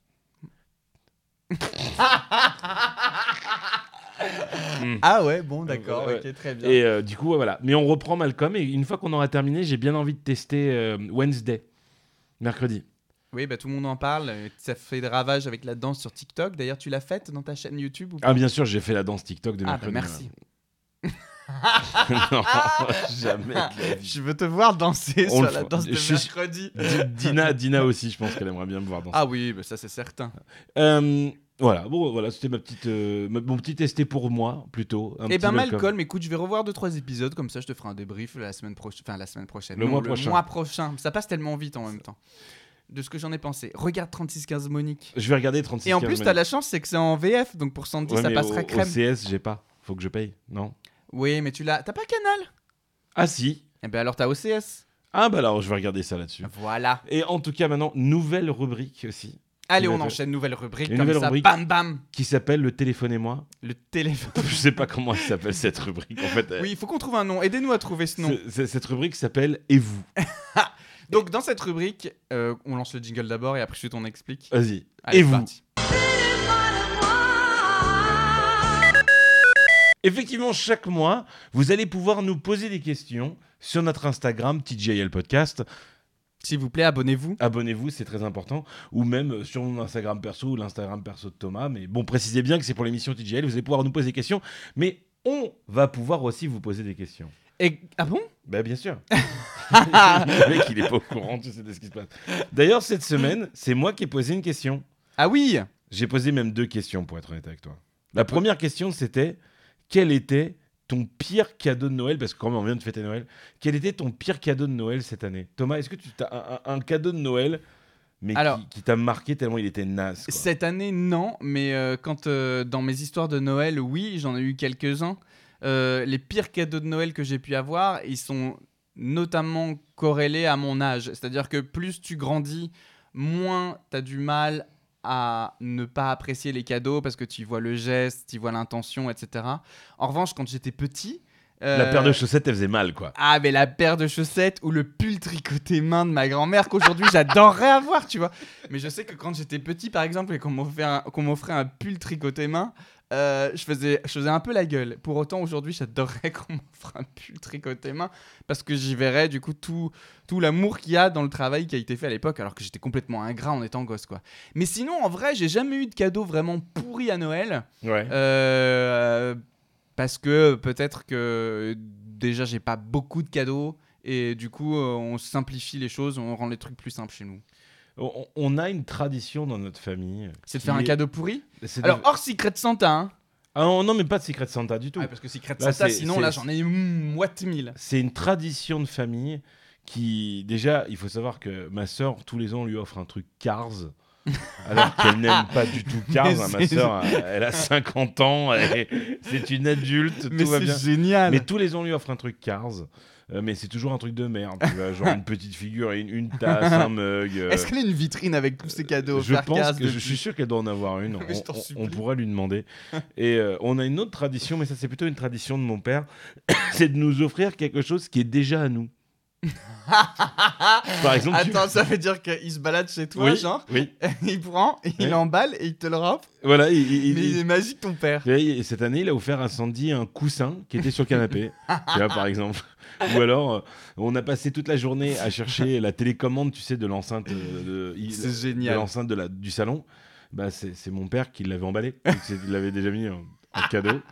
Mm. Ah ouais, bon, d'accord, Ouais. ok, très bien. Et euh, du coup, ouais, voilà. Mais on reprend Malcolm et une fois qu'on aura terminé, j'ai bien envie de tester euh, Wednesday, mercredi. Oui, bah tout le monde en parle, euh, ça fait des ravages avec la danse sur TikTok. D'ailleurs, tu l'as faite dans ta chaîne YouTube ou pas? Ah bien sûr, j'ai fait la danse TikTok de Ah, bah mercredi. merci. non, jamais. de la vie. Je veux te voir danser On sur le la fera. danse de Je suis- mercredi. Di- Dina, Dina aussi, je pense qu'elle aimerait bien me voir danser. Ah oui, bah ça c'est certain. Euh, voilà, bon, voilà, c'était ma petite, euh, ma- mon petit testé pour moi plutôt. un Eh petit ben Malcolm, écoute, je vais revoir deux trois épisodes comme ça, je te ferai un débrief la semaine prochaine, enfin la semaine prochaine, Le Non, mois prochain. Le mois prochain, ça passe tellement vite en même temps. De ce que j'en ai pensé. Regarde trente-six quinze Monique. Je vais regarder trente-six. Et en quinze plus, t'as minutes. la chance, c'est que c'est en V F, donc pour Sandy, Ouais, ça mais passera au, crème. Au C S, j'ai pas. Faut que je paye, non? Oui, mais tu l'as. T'as pas Canal? Ah si. Eh ben alors t'as O C S. Ah bah alors, je vais regarder ça là-dessus. Voilà. Et en tout cas, maintenant, nouvelle rubrique aussi, Allez, Une on nouvelle- enchaîne, nouvelle rubrique. Une comme nouvelle ça, rubrique. bam bam. qui s'appelle le téléphonez-moi. Le téléphone. Je sais pas comment elle s'appelle cette rubrique. En fait, elle- Oui, il faut qu'on trouve un nom. Aidez-nous à trouver ce nom. c'est- c'est- cette rubrique s'appelle Et vous. Donc dans cette rubrique, euh, on lance le jingle d'abord et après ensuite on explique. Vas-y. Allez, Et c'est vous. parti. Effectivement, chaque mois, vous allez pouvoir nous poser des questions sur notre Instagram, T J L Podcast. S'il vous plaît, abonnez-vous. Abonnez-vous, c'est très important. Ou même sur mon Instagram perso ou l'Instagram perso de Thomas. Mais bon, précisez bien que c'est pour l'émission T J L. Vous allez pouvoir nous poser des questions. Mais on va pouvoir aussi vous poser des questions. Et ah bon? Bah bien sûr. Le mec, il est pas au courant, tu sais de ce qui se passe. D'ailleurs, cette semaine, c'est moi qui ai posé une question. Ah oui. J'ai posé même deux questions, pour être honnête avec toi. La première question, c'était quel était ton pire cadeau de Noël? Parce que quand même, on vient de fêter Noël. Quel était ton pire cadeau de Noël cette année? Thomas, est-ce que tu as un, un- un cadeau de Noël, mais Alors- qui, qui t'a marqué tellement il était naze, quoi. Cette année, non, mais euh, quand euh, dans mes histoires de Noël, oui, j'en ai eu quelques-uns. Euh, les pires cadeaux de Noël que j'ai pu avoir, ils sont notamment corrélés à mon âge. C'est-à-dire que plus tu grandis, moins tu as du mal à ne pas apprécier les cadeaux parce que tu vois le geste, tu vois l'intention, et cetera. En revanche, quand j'étais petit... La euh, paire de chaussettes, elle faisait mal, quoi. Ah, mais la paire de chaussettes ou le pull tricoté main de ma grand-mère qu'aujourd'hui j'adorerais avoir, tu vois. Mais je sais que quand j'étais petit, par exemple, et qu'on m'offrait un, qu'on m'offrait un pull tricoté main, euh, je, faisais, je faisais un peu la gueule. Pour autant, aujourd'hui, j'adorerais qu'on m'offre un pull tricoté main parce que j'y verrais du coup tout, tout l'amour qu'il y a dans le travail qui a été fait à l'époque, alors que j'étais complètement ingrat en étant gosse, quoi. Mais sinon, en vrai, j'ai jamais eu de cadeau vraiment pourri à Noël. Ouais. Euh, parce que peut-être que déjà j'ai pas beaucoup de cadeaux et du coup euh, on simplifie les choses, on rend les trucs plus simples chez nous. On, on a une tradition dans notre famille. C'est de qui faire un est- cadeau pourri. c'est de- Alors hors Secret Santa, hein. Ah non, non, mais pas de Secret Santa du tout. Ouais, parce que Secret Là, Santa, c'est- sinon c'est- là j'en ai une moite mille. C'est une tradition de famille qui, déjà, il faut savoir que ma sœur, tous les ans, on lui offre un truc Cars, alors qu'elle n'aime pas du tout Cars. Mais hein. Ma c'est- sœur, elle, elle a cinquante ans, elle est- c'est une adulte, Mais tout va c'est bien. génial. Mais tous les ans, on lui offre un truc Cars. Euh, mais c'est toujours un truc de merde, tu vois, genre une petite figure, une, une tasse, un mug. euh, Est-ce qu'elle a une vitrine avec tous ces cadeaux je offerts pense Cars que je depuis suis sûr qu'elle doit en avoir une. Mais je On, t'en on- supplie. on pourra lui demander. Et euh, on a une autre tradition, mais ça c'est plutôt une tradition de mon père, c'est de nous offrir quelque chose qui est déjà à nous. Par exemple, tu- Attends, ça veut dire qu'il se balade chez toi, oui, genre, oui, il prend, et il Oui. emballe et il te le rend. voilà. Il, il- Mais il- il est magique ton père. Et cette année, il a offert à Sandy un coussin qui était sur le canapé, tu vois, par exemple. Ou alors, euh, on a passé toute la journée à chercher la télécommande, tu sais, de l'enceinte euh, de, il- C'est de génial. l'enceinte de la, du salon. Bah, c'est c'est mon père qui l'avait emballé. Donc, c'est- il l'avait déjà mis en, en cadeau.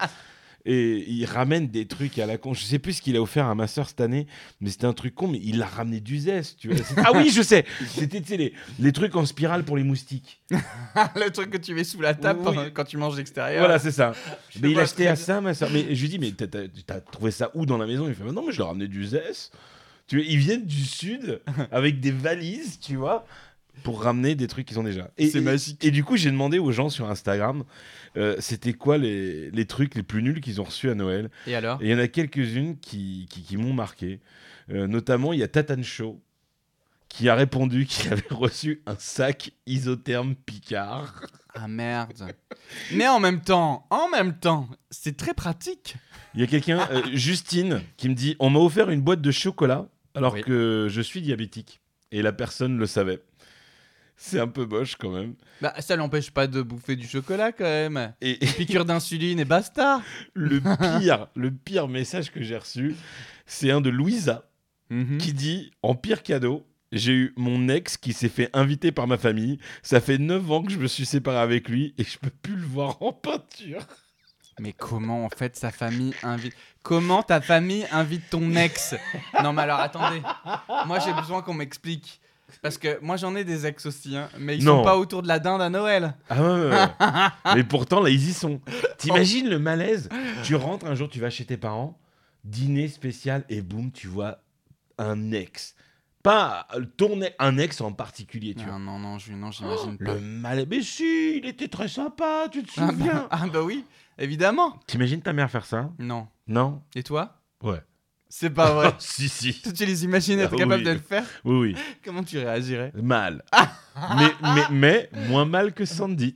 Et il ramène des trucs à la con. Je sais plus ce qu'il a offert à ma soeur cette année, mais c'était un truc con, mais il l'a ramené du zeste. Tu vois. C'est- Ah oui, je sais. C'était tu sais, les, les trucs en spirale pour les moustiques. Le truc que tu mets sous la table Oui. pendant- quand tu manges l'extérieur. Voilà, c'est ça. Je Mais il vois a acheté très à bien. ça, ma soeur. Mais je lui dis, mais t'as- t'as t'as trouvé ça où dans la maison? Il fait, non, mais je l'ai ramené du zeste. Tu vois, ils viennent du sud avec des valises, tu vois, pour ramener des trucs qu'ils ont déjà. Et, C'est et- magique. Et du coup, j'ai demandé aux gens sur Instagram, euh, c'était quoi les, les trucs les plus nuls qu'ils ont reçus à Noël. Et alors Et il y en a quelques-unes qui, qui, qui m'ont marqué. Euh, notamment, il y a Tatane Show qui a répondu qu'il avait reçu un sac isotherme Picard. Ah merde. Mais en même temps, en même temps, c'est très pratique. Il y a quelqu'un, euh, Justine, qui me dit, on m'a offert une boîte de chocolat alors Oui. que je suis diabétique. Et la personne le savait. C'est un peu moche quand même. Bah, ça l'empêche pas de bouffer du chocolat quand même. Et Piqûre d'insuline et basta. le pire, le pire message que j'ai reçu, c'est un de Louisa Mhm. qui dit, en pire cadeau, j'ai eu mon ex qui s'est fait inviter par ma famille. Ça fait neuf ans que je me suis séparé avec lui et je peux plus le voir en peinture. Mais comment en fait sa famille invite Comment ta famille invite ton ex Non mais alors attendez. Moi j'ai besoin qu'on m'explique. Parce que moi j'en ai des ex aussi, hein, mais ils Non. sont pas autour de la dinde à Noël. Ah ouais, ouais, ouais. Mais pourtant, là, ils y sont. T'imagines le malaise? Tu rentres un jour, tu vas chez tes parents, dîner spécial, et boum, tu vois un ex. Pas euh, ton ex, un ex en particulier, tu vois. Non non non, je, non j'imagine pas. Le malaise. Mais si, il était très sympa, tu te Ah souviens? bah, ah bah oui, évidemment. T'imagines ta mère faire ça? Non. Non? Et toi? Ouais. C'est pas vrai. Si, si. Tu les imagines être Ah capable oui. de le faire? Oui, oui. Comment tu réagirais? Mal. mais, mais, mais moins mal que Sandy.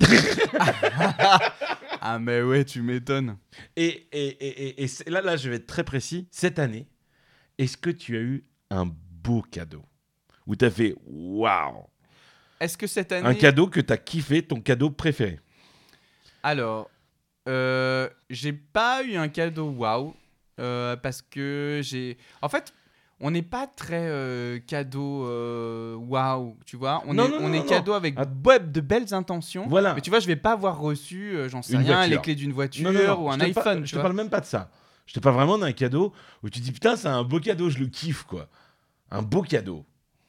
Ah mais ouais, tu m'étonnes. Et, et, et, et, et c'est- là, là, je vais être très précis. Cette année, est-ce que tu as eu un beau cadeau? Où tu as fait waouh! Est-ce que cette année... Un cadeau que tu as kiffé, ton cadeau préféré? Alors, euh, j'ai pas eu un cadeau waouh euh, parce que j'ai. En fait, on n'est pas très euh, cadeau euh, waouh, tu vois. On Non, est, non, on non, est non. cadeau avec Ah. bo- de belles intentions. Voilà. Mais tu vois, je vais pas avoir reçu, euh, j'en sais Une rien, voiture. les clés d'une voiture Non, non, non, ou un je te iPhone. par- tu je te vois. parle même pas de ça. Je te parle vraiment d'un cadeau où tu dis putain, c'est un beau cadeau, je le kiffe quoi. Un beau cadeau.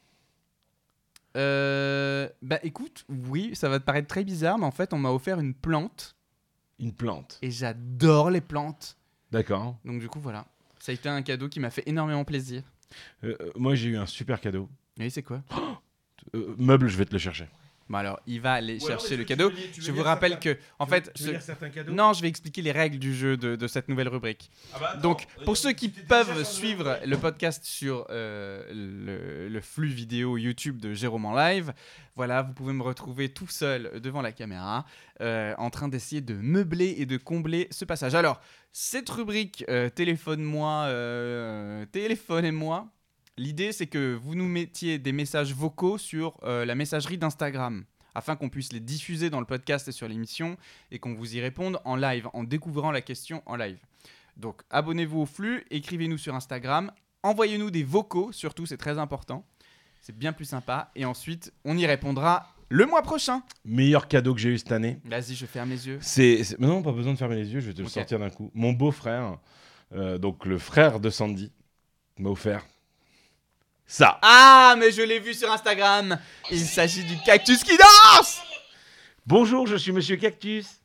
Euh, bah écoute, oui, ça va te paraître très bizarre, mais en fait, on m'a offert une plante Une plante. et j'adore les plantes. D'accord. Donc du coup, voilà. Ça a été un cadeau qui m'a fait énormément plaisir. Euh, euh, moi, j'ai eu un super cadeau. Oui, c'est quoi? Euh, meuble, je vais te le chercher. Bon alors, il va aller Ou alors, chercher est-ce le que tu cadeau. veux lire- tu veux Je vous lire rappelle certains- que, en fait, ce- certains cadeaux non, je vais expliquer les règles du jeu de, de cette nouvelle rubrique. Ah bah attends, Donc, euh, pour ceux qui tu t'es peuvent déjà suivre changé. le podcast sur euh, le, le flux vidéo YouTube de Jérôme en live, voilà, vous pouvez me retrouver tout seul devant la caméra, euh, en train d'essayer de meubler et de combler ce passage. Alors, cette rubrique euh, téléphone-moi, euh, téléphonez-moi. L'idée, c'est que vous nous mettiez des messages vocaux sur euh, la messagerie d'Instagram, afin qu'on puisse les diffuser dans le podcast et sur l'émission, et qu'on vous y réponde en live, en découvrant la question en live. Donc, abonnez-vous au flux, écrivez-nous sur Instagram, envoyez-nous des vocaux, surtout, c'est très important. C'est bien plus sympa. Et ensuite, on y répondra le mois prochain. Meilleur cadeau que j'ai eu cette année. Vas-y, je ferme les yeux. C'est, c'est- mais non, pas besoin de fermer les yeux, je vais te le Ok. sortir d'un coup. Mon beau-frère, euh, donc le frère de Sandy, m'a offert ça. Ah, mais je l'ai vu sur Instagram. Il s'agit du cactus qui danse. Bonjour, je suis Monsieur Cactus.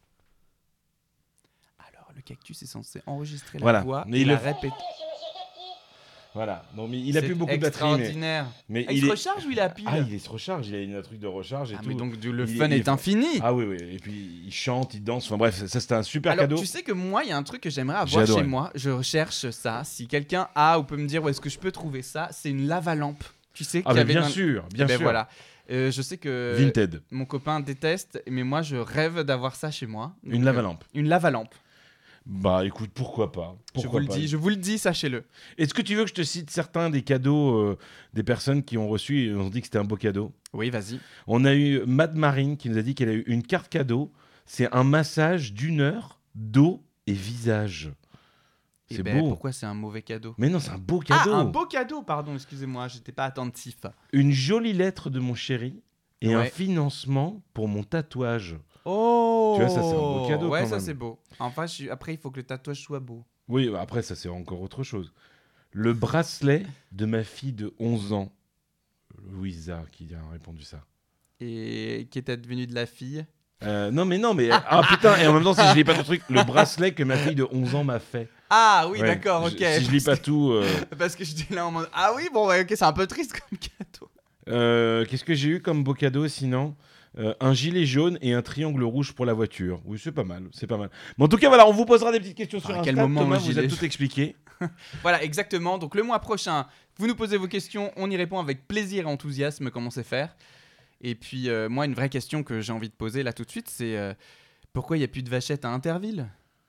Alors, le cactus est censé enregistrer la Voilà. voix Mais et il la le- répéter. Voilà. Donc, mais il a C'est plus beaucoup de batterie. Mais, extraordinaire. mais Ah, il, il se est... recharge ou il a pile Ah, il se recharge. Il a une- un truc de recharge et Ah, tout. mais donc du- le Il- fun il est, infini. Ah oui, oui. Et puis il chante, il danse. Enfin bref, ça c'était un super Alors, cadeau. tu sais que moi, il y a un truc que j'aimerais J'ai avoir chez adoré. moi. Je recherche ça. Si quelqu'un a ou peut me dire où est-ce que je peux trouver ça, c'est une lave-lampe. Tu sais Ah, qu'il y mais avait bien dans- sûr, Eh bien ben sûr. voilà. Euh, je sais que Vinted. mon copain déteste, mais moi, je rêve d'avoir ça chez moi. Donc, Une euh, lave-lampe. Une lave-lampe. Bah écoute, pourquoi pas Je Pourquoi vous le pas dis, je vous le dis, sachez-le. Est-ce que tu veux que je te cite certains des cadeaux euh, des personnes qui ont reçu et ont dit que c'était un beau cadeau? Oui, vas-y. On a eu Mad Marine qui nous a dit qu'elle a eu une carte cadeau. C'est un massage d'une heure, dos et visage. Eh C'est ben, beau. Pourquoi c'est un mauvais cadeau? Mais non, c'est un beau cadeau. Ah, un beau cadeau, pardon, excusez-moi, j'étais pas attentif. Une jolie lettre de mon chéri et un Ouais. financement pour mon tatouage. Oh Tu vois, ça, c'est un beau cadeau, Ouais, quand ça même. c'est beau. Enfin, je suis- après, il faut que le tatouage soit beau. Oui, bah après, ça, c'est encore autre chose. Le bracelet de ma fille de onze ans. Louisa qui a répondu ça. Et qui est advenu de la fille. Euh, non, mais non, mais. Ah putain, et en même temps, si je lis pas tout le truc, le bracelet que ma fille de onze ans m'a fait. Ah oui, Ouais, d'accord, je- ok. Si je lis pas tout. euh, Parce que j'étais là en mode ah oui, bon, ouais, ok, c'est un peu triste comme cadeau. euh, Qu'est-ce que j'ai eu comme beau cadeau sinon? Euh, un gilet jaune et un triangle rouge pour la voiture. Oui, c'est pas mal, c'est pas mal. Mais en tout cas, voilà, on vous posera des petites questions sur À Insta. quel moment Thomas un vous a gilet tout expliqué. Voilà, exactement. Donc le mois prochain, vous nous posez vos questions, on y répond avec plaisir et enthousiasme comme on sait faire. Et puis euh, moi, une vraie question que j'ai envie de poser là tout de suite, c'est euh, pourquoi il n'y a plus de vachettes à Interville?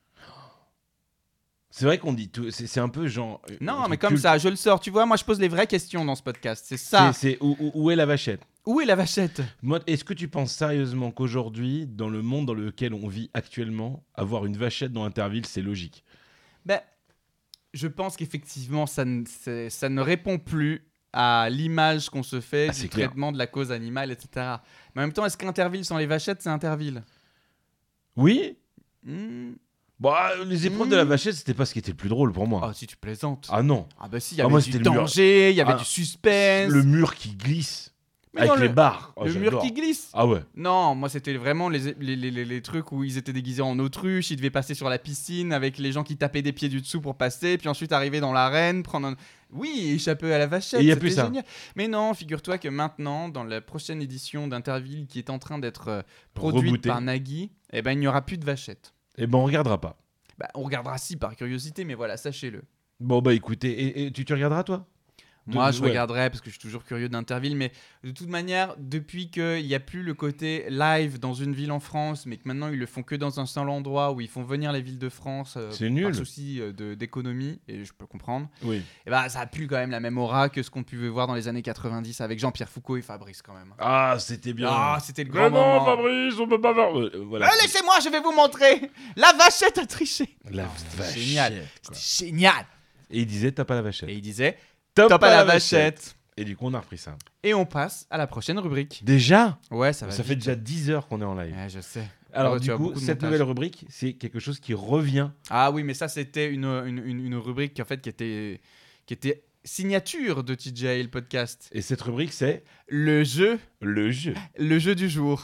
C'est vrai qu'on dit tout. C'est c'est un peu genre. euh, Non, un mais truc comme culte. ça, je le sors. Tu vois, moi je pose les vraies questions dans ce podcast. C'est ça. C'est c'est- où, où- où est la vachette? Où est la vachette? Moi, est-ce que tu penses sérieusement qu'aujourd'hui, dans le monde dans lequel on vit actuellement, avoir une vachette dans Interville, c'est logique? Ben, je pense qu'effectivement, ça, ne- c'est- ça ne répond plus à l'image qu'on se fait Ah, du c'est clair. traitement de la cause animale, et cetera. Mais en même temps, est-ce qu'Interville sans les vachettes, c'est Interville? Oui. Hmm. Bah, les épreuves Mm. de la vachette, c'était pas ce qui était le plus drôle pour moi. Ah, si tu plaisantes. Ah non. Ah bah si, il y Ah, avait moi, du c'était le mur. danger, il y avait Ah, du suspense. Le mur qui glisse Mais avec non, les le, barres. Oh, le mur j'adore. qui glisse. Ah ouais. Non, moi c'était vraiment les, les, les, les- les trucs où ils étaient déguisés en autruche, ils devaient passer sur la piscine avec les gens qui tapaient des pieds du dessous pour passer, puis ensuite arriver dans l'arène, prendre un... Oui, échapper à la vachette, Et y a c'était plus ça. génial. Mais non, figure-toi que maintenant, dans la prochaine édition d'Interville qui est en train d'être euh, produite Rebooté. par Nagui, eh ben, il n'y aura plus de vachette. Eh ben, on regardera pas. Bah, on regardera si par curiosité, mais voilà, sachez-le. Bon, bah écoutez, et, et tu, tu regarderas toi? De- Moi, de- je ouais. regarderai parce que je suis toujours curieux d'Interville, mais de toute manière, depuis qu'il n'y a plus le côté live dans une ville en France, mais que maintenant ils le font que dans un seul endroit où ils font venir les villes de France euh, C'est nul. par souci euh, de- d'économie, et je peux comprendre, Oui. et bah, ça a plus quand même la même aura que ce qu'on pouvait voir dans les années quatre-vingt-dix avec Jean-Pierre Foucault et Fabrice quand même. Ah, c'était bien. Ah, c'était le Mais grand non, moment. Fabrice, on peut pas faire. Euh, euh, voilà. Euh, laissez-moi, je vais vous montrer. La vachette a triché. La c'était vachette. génial. quoi. C'était génial. Et il disait tape à la vachette. Et il disait Top, top à la vachette. Et du coup, on a repris ça. Et on passe à la prochaine rubrique. Déjà Ouais, Ça, ça va fait vite. déjà dix heures qu'on est en live. Ouais, je sais. Alors, Ouais, tu du as coup, beaucoup de cette montage. nouvelle rubrique, c'est quelque chose qui revient. Ah oui, mais ça c'était une, une, une, une rubrique en fait qui était qui était signature de T J A le podcast. Et cette rubrique, c'est Le jeu, le jeu. le jeu du jour.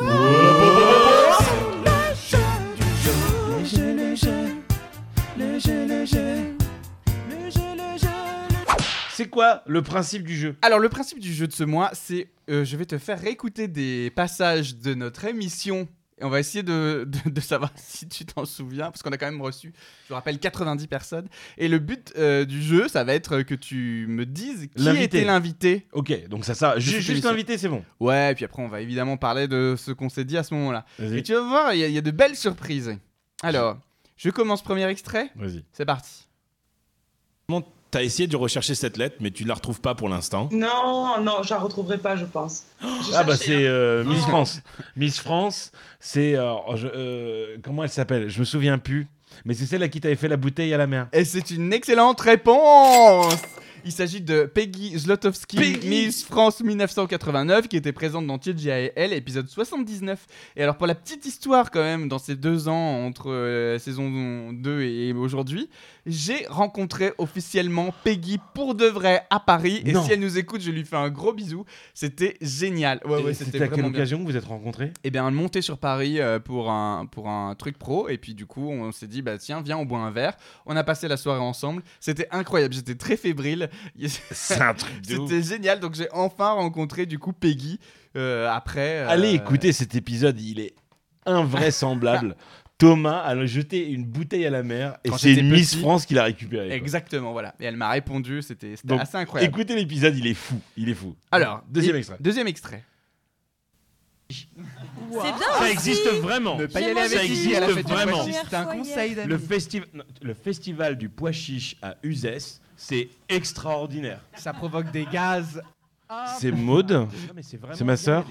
C'est quoi le principe du jeu? Alors le principe du jeu de ce mois, c'est euh, je vais te faire réécouter des passages de notre émission. Et on va essayer de, de, de savoir si tu t'en souviens, parce qu'on a quand même reçu, je vous rappelle, quatre-vingt-dix personnes. Et le but euh, du jeu, ça va être que tu me dises qui L'invité. était l'invité. Ok, donc ça, ça, ju- cette juste émission. l'invité, c'est bon. Ouais, et puis après, on va évidemment parler de ce qu'on s'est dit à ce moment-là. Vas-y. Et tu vas voir, il y, a- il y a de belles surprises. Alors, je commence premier extrait. Vas-y. C'est parti. T'as essayé de rechercher cette lettre, mais tu la retrouves pas pour l'instant. Non, non, je la retrouverai pas, je pense. J'ai Ah bah cherché, c'est hein. euh, Miss France. Miss France, c'est euh, je- euh, comment elle s'appelle? Je me souviens plus. Mais c'est celle à qui t'avais fait la bouteille à la mer. Et c'est une excellente réponse. Il s'agit de Peggy Zlotowski, Peggy Miss France dix-neuf cent quatre-vingt-neuf, qui était présente dans T G I L, épisode soixante-dix-neuf. Et alors, pour la petite histoire, quand même, dans ces deux ans entre euh, saison deux et aujourd'hui, j'ai rencontré officiellement Peggy pour de vrai à Paris. Et Non. si elle nous écoute, je lui fais un gros bisou. C'était génial. Ouais, ouais, Et c'était C'était à quelle vraiment bien. occasion que vous êtes rencontrés? Eh bien, on montait sur Paris euh, pour, un, pour un truc pro. Et puis, du coup, on s'est dit, bah tiens, viens, on boit un verre. On a passé la soirée ensemble. C'était incroyable. J'étais très fébrile. C'est un truc de ouf. C'était génial. Donc, j'ai enfin rencontré, du coup, Peggy euh, après. euh, Allez écoutez cet épisode, il est invraisemblable. Thomas a jeté une bouteille à la mer et Quand c'est j'étais une Miss petit. France qui l'a récupérée. quoi. Exactement, voilà. Et elle m'a répondu. C'était c'était Donc, assez incroyable. Écoutez l'épisode, il est fou. Il est fou. Alors, deuxième et- extrait. Deuxième extrait. C'est bien Ça aussi. existe vraiment. Ne pas y J'ai aller mangé avec ça Gigi à la existe fête du vraiment. pois chiche, c'est un Première fois conseil d'amis. Le, festi- non, le festival du pois chiche à Uzès, c'est extraordinaire. Ça provoque des gaz. C'est Maud. C'est ma sœur.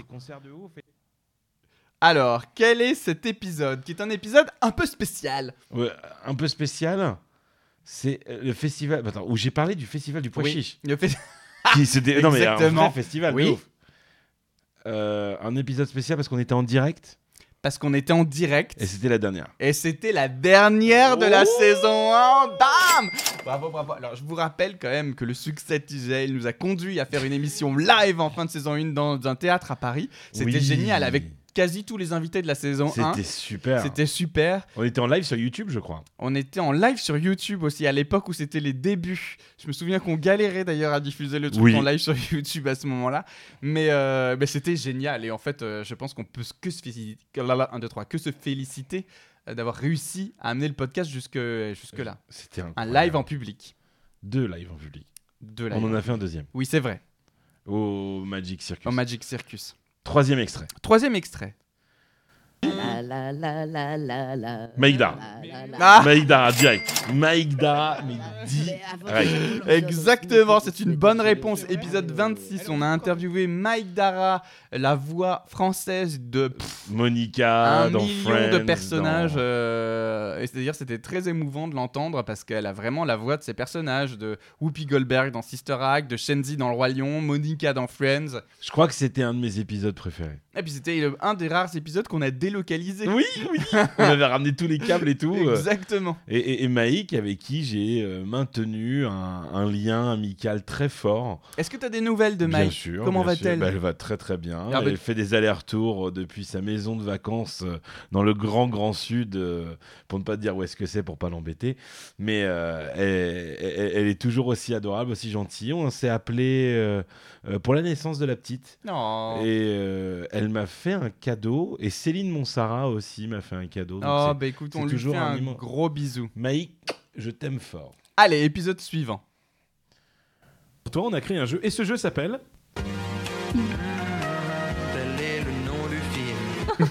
Alors, quel est cet épisode qui est un épisode un peu spécial? Ouais, un peu spécial. C'est euh, le festival. Attends, où j'ai parlé du festival du pois Oui. chiche. Le fait- Qui c'était non mais un Exactement. vrai festival. Oui. de ouf. Euh, un épisode spécial parce qu'on était en direct Parce qu'on était en direct. et c'était la dernière. Et c'était la dernière de la Oh saison un. Bam! Bravo, bravo. Alors, je vous rappelle quand même que le succès de T G L nous a conduit à faire une émission live en fin de saison un dans un théâtre à Paris. C'était Oui. génial avec quasi tous les invités de la saison un. C'était super. C'était super. On était en live sur YouTube, je crois. On était en live sur YouTube aussi à l'époque où c'était les débuts. Je me souviens qu'on galérait d'ailleurs à diffuser le truc Oui. en live sur YouTube à ce moment-là. Mais, euh, mais c'était génial. Et en fait, euh, je pense qu'on peut que se féliciter, un, deux, trois, que se féliciter euh, d'avoir réussi à amener le podcast jusque, jusque-là. C'était Un incroyable. live en public. Deux lives en public. Deux On lives. en a fait un deuxième Oui, c'est vrai. au Magic Circus. Au Magic Circus. Troisième extrait. Troisième extrait. La la la la la la. Maïda. La la la. Ah, Mike Dara direct. Mike Dara, mais direct. exactement, c'est une bonne réponse. Épisode vingt-six, on a interviewé Mike Dara, la voix française de pff, Monica un dans million Friends, de personnages. dans- euh, et c'est-à-dire, c'était très émouvant de l'entendre parce qu'elle a vraiment la voix de ses personnages, de Whoopi Goldberg dans Sister Act, de Shenzi dans Le Roi Lion, Monica dans Friends. Je crois que c'était un de mes épisodes préférés. Et puis, c'était le- un des rares épisodes qu'on a délocalisé. Oui, oui. On avait ramené tous les câbles et tout. euh. Exactement. Et, et, et Maïk, avec qui j'ai euh, maintenu un, un lien amical très fort. Est-ce que tu as des nouvelles de Bien Mike sûr. Comment bien sûr. va-t-elle Bah, Elle va très très bien. Ah, bah- Elle fait des allers-retours euh, depuis sa maison de vacances euh, dans le grand grand sud, euh, pour ne pas dire où est-ce que c'est pour pas l'embêter. Mais euh, elle, elle- elle est toujours aussi adorable, aussi gentille. On s'est appelé euh, euh, pour la naissance de la petite. Non. Et euh, elle m'a fait un cadeau. Et Céline Monsara aussi m'a fait un cadeau. Donc Oh, c'est- bah écoute, c'est on lui toujours fait un un immense- gros bisou. Maïk, je t'aime fort. Allez, épisode suivant. Pour toi, on a créé un jeu et ce jeu s'appelle. Quel est le nom du film?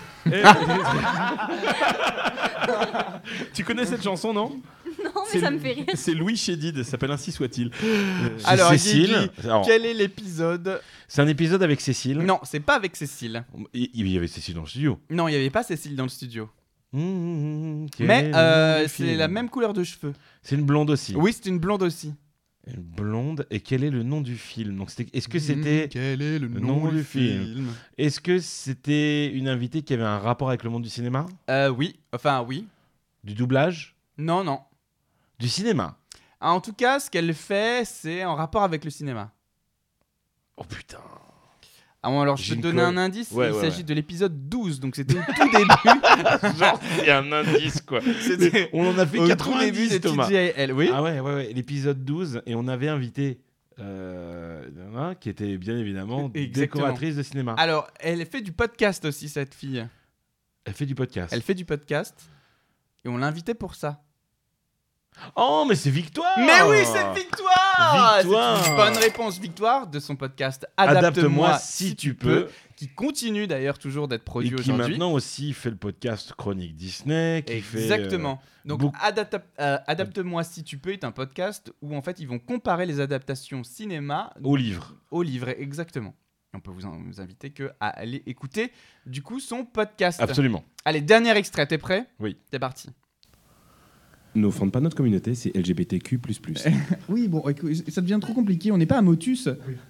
Tu connais cette chanson, non? Non, mais C'est- ça me fait rire. C'est Louis Chédid, ça s'appelle Ainsi soit-il. Euh, C'est Alors, Cécile. Guigui, Alors, Quel est l'épisode c'est un épisode avec Cécile. Non, c'est pas avec Cécile. Il il y avait Cécile dans le studio. Non, il n'y avait pas Cécile dans le studio. Mmh, quel est Mais le euh, nom du c'est film la même couleur de cheveux. C'est une blonde aussi. Oui, c'est une blonde aussi. Une blonde. Et quel est le nom du film? Donc, c'était- est-ce que c'était, Mmh, Quel est le le nom, nom du du film, film est-ce que c'était une invitée qui avait un rapport avec le monde du cinéma, Euh, oui. Enfin, oui. du doublage, Non, non. du cinéma? Ah, en tout cas, ce qu'elle fait, c'est en rapport avec le cinéma. Oh putain. Ah, bon, alors, je J'ai peux te une donner colle. un indice. Ouais, il ouais, s'agit ouais. de l'épisode douze, donc c'était au tout début. Genre, c'est un indice quoi. C'était On en a fait au tout quatre-vingt-dix, début de Thomas. T J L. Oui. Ah ouais, ouais, ouais. L'épisode douze, et on avait invité euh, Nana, qui était bien évidemment Exactement. décoratrice de cinéma. Alors, elle fait du podcast aussi, cette fille. Elle fait du podcast. Elle fait du podcast. Et on l'invitait pour ça. Oh, mais c'est Victoire. Mais oui, c'est Victoire. Victoire. C'est une bonne réponse, Victoire, de son podcast Adapte-moi Adapte-moi si tu peux, qui continue d'ailleurs toujours d'être et produit qui aujourd'hui. maintenant aussi fait le podcast Chronique Disney, qui fait, euh, Exactement. Donc beaucoup- Adapte- euh, Adapte-moi si tu peux est un podcast où en fait ils vont comparer les adaptations cinéma au livre. au livre. Exactement. Et on peut vous, en- vous inviter que à aller écouter du coup son podcast. Absolument. Allez, dernier extrait, t'es prêt? Oui. C'est parti. N'offende pas notre communauté, c'est L G B T Q plus plus. Oui, bon, écoute, ça devient trop compliqué. On n'est pas à Motus.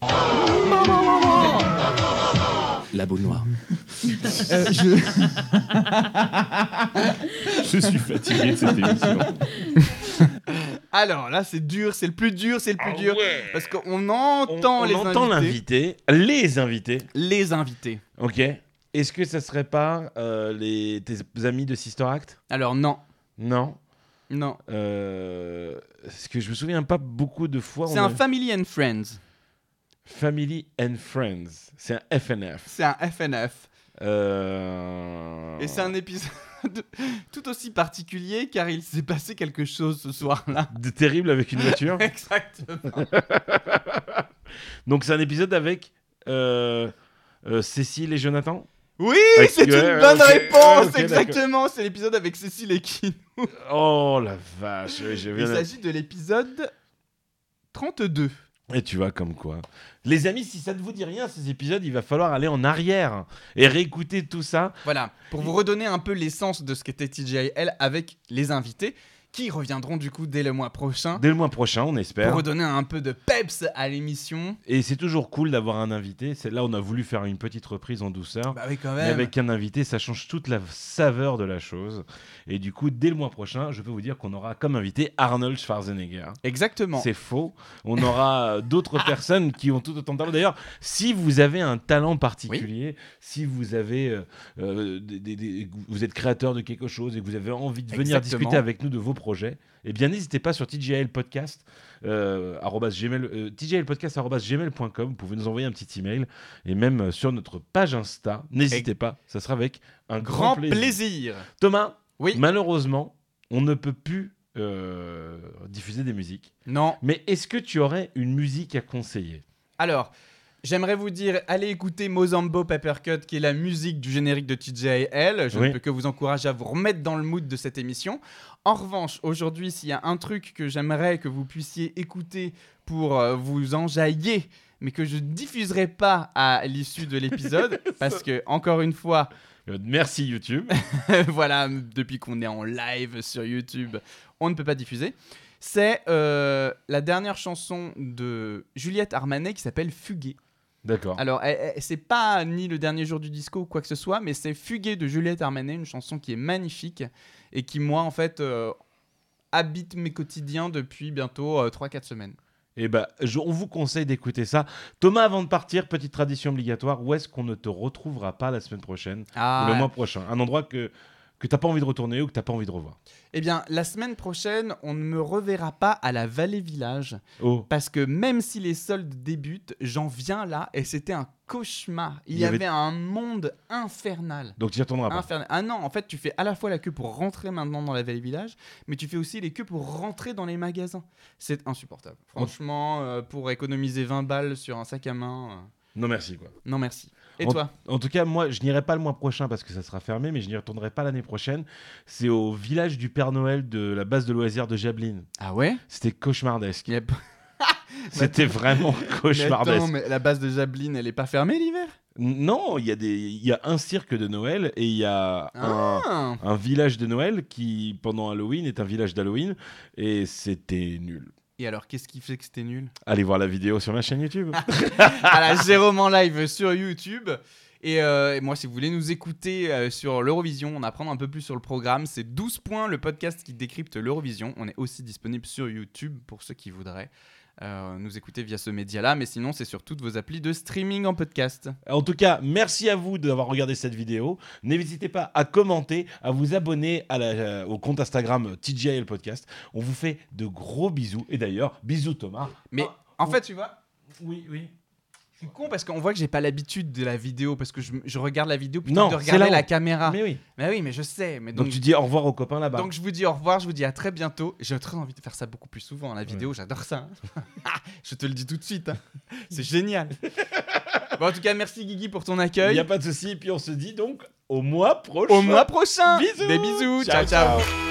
La boule noire. Euh, je... Je suis fatigué de cette émission. Alors là, c'est dur, c'est le plus dur, c'est le plus Ah dur. ouais. Parce qu'on On, entend on les entend invités. l'invité, les invités. Les invités. Ok. Est-ce que ça serait pas euh, les, tes amis de Sister Act? Alors non, Non. non. Euh, Parce que je me souviens pas beaucoup de fois. C'est on un a- Family and Friends. Family and Friends. C'est un F N F. C'est un F N F. Euh... Et c'est un épisode tout aussi particulier car il s'est passé quelque chose ce soir-là. de terrible avec une voiture. Exactement. Donc c'est un épisode avec euh, euh, Cécile et Jonathan. Oui, Avec- c'est une ouais, bonne ok. réponse, Ok, exactement. C'est l'épisode avec Cécile et Kim. Oh la vache. ouais, je Il viens de- s'agit de l'épisode trente-deux. Et tu vois comme quoi. Les amis, si ça ne vous dit rien, ces épisodes, il va falloir aller en arrière et réécouter tout ça. Voilà, pour vous redonner un peu l'essence de ce qu'était T J I L avec les invités qui reviendront du coup dès le mois prochain Dès le mois prochain, on espère. pour redonner un peu de peps à l'émission. Et c'est toujours cool d'avoir un invité. C'est là on a voulu faire une petite reprise en douceur. Bah oui, quand Mais même. avec un invité, ça change toute la saveur de la chose. Et du coup, dès le mois prochain, je peux vous dire qu'on aura comme invité Arnold Schwarzenegger. Exactement. C'est faux. On aura euh, d'autres personnes qui ont tout autant de talent. D'ailleurs, si vous avez un talent particulier, si vous avez, euh, euh, des, des- des- vous êtes créateur de quelque chose et que vous avez envie de venir Exactement. discuter avec nous de vos projets, eh bien, n'hésitez pas sur T J L Podcast, euh, arobase gmail, euh, T J L podcast arobase gmail point com. Vous pouvez nous envoyer un petit email et même euh, sur notre page Insta. N'hésitez pas. Ça sera avec un grand, Grand plaisir. Thomas, Oui. malheureusement, on ne peut plus euh, diffuser des musiques. Non. Mais est-ce que tu aurais une musique à conseiller? Alors, j'aimerais vous dire, allez écouter Mozambo Papercut, qui est la musique du générique de T J I L. Je Oui. ne peux que vous encourager à vous remettre dans le mood de cette émission. En revanche, aujourd'hui, s'il y a un truc que j'aimerais que vous puissiez écouter pour euh, vous enjailler, mais que je diffuserai pas à l'issue de l'épisode, parce que, encore une fois, Euh, Merci YouTube. voilà, depuis qu'on est en live sur YouTube, on ne peut pas diffuser. C'est euh, la dernière chanson de Juliette Armanet qui s'appelle Fuguer. D'accord. Alors, elle- elle- c'est pas ni le dernier jour du disco ou quoi que ce soit, mais c'est Fuguer de Juliette Armanet, une chanson qui est magnifique et qui, moi, en fait, euh, habite mes quotidiens depuis bientôt euh, trois quatre semaines. Et ben, je- on vous conseille d'écouter ça. Thomas, avant de partir, petite tradition obligatoire. Où est-ce qu'on ne te retrouvera pas la semaine prochaine Ah, ou le mois prochain? Un endroit que que t'as pas envie de retourner ou que t'as pas envie de revoir. eh bien, la semaine prochaine, on ne me reverra pas à la Vallée Village. Oh. Parce que même si les soldes débutent, j'en viens là et c'était un cauchemar. Il Il y y avait- avait un monde infernal. Donc tu y retourneras pas. Infernal. Ah non, en fait, tu fais à la fois la queue pour rentrer maintenant dans la Vallée Village, mais tu fais aussi les queues pour rentrer dans les magasins. C'est insupportable. Franchement, euh, pour économiser vingt balles sur un sac à main, euh, Non merci quoi. non merci. Et En- toi? En tout cas, moi, je n'irai pas le mois prochain parce que ça sera fermé, mais je n'y retournerai pas l'année prochaine. C'est au village du Père Noël de la base de loisirs de Jablin. Ah ouais? C'était cauchemardesque. Il y a- C'était vraiment Mais attends, cauchemardesque. mais la base de Jablin, elle est pas fermée l'hiver? Non, il y a des, il y a un cirque de Noël et il y a un, Ah. un village de Noël qui, pendant Halloween, est un village d'Halloween et c'était nul. Et alors, qu'est-ce qui fait que c'était nul? Allez voir la vidéo sur ma chaîne YouTube. À la Jérôme en live sur YouTube. Et, euh, et moi, si vous voulez nous écouter euh, sur l'Eurovision, en apprendre un peu plus sur le programme, c'est douze points, le podcast qui décrypte l'Eurovision. On est aussi disponible sur YouTube pour ceux qui voudraient euh, nous écouter via ce média-là. Mais sinon, c'est sur toutes vos applis de streaming en podcast. En tout cas, merci à vous d'avoir regardé cette vidéo. N'hésitez pas à commenter, à vous abonner à la- au compte Instagram T J I L Podcast. On vous fait de gros bisous. Et d'ailleurs, bisous Thomas. Mais Ah, en fait, tu vois, Oui, oui. je suis con parce qu'on voit que j'ai pas l'habitude de la vidéo parce que je, je regarde la vidéo plutôt Non, que de c'est regarder là-haut. la caméra. Mais... Mais oui. oui, mais je sais. Mais Donc, donc, tu dis au revoir aux copains là-bas. Donc je vous dis au revoir, je vous dis à très bientôt. J'ai très envie de faire ça beaucoup plus souvent, la vidéo, j'adore ça. Je te le dis tout de suite, hein. C'est génial. Bon, en tout cas, merci Guigui pour ton Il accueil. n'y a pas de souci. Et puis on se dit donc au mois prochain. Au mois prochain. Bisous. Des bisous. Ciao, ciao. ciao. ciao.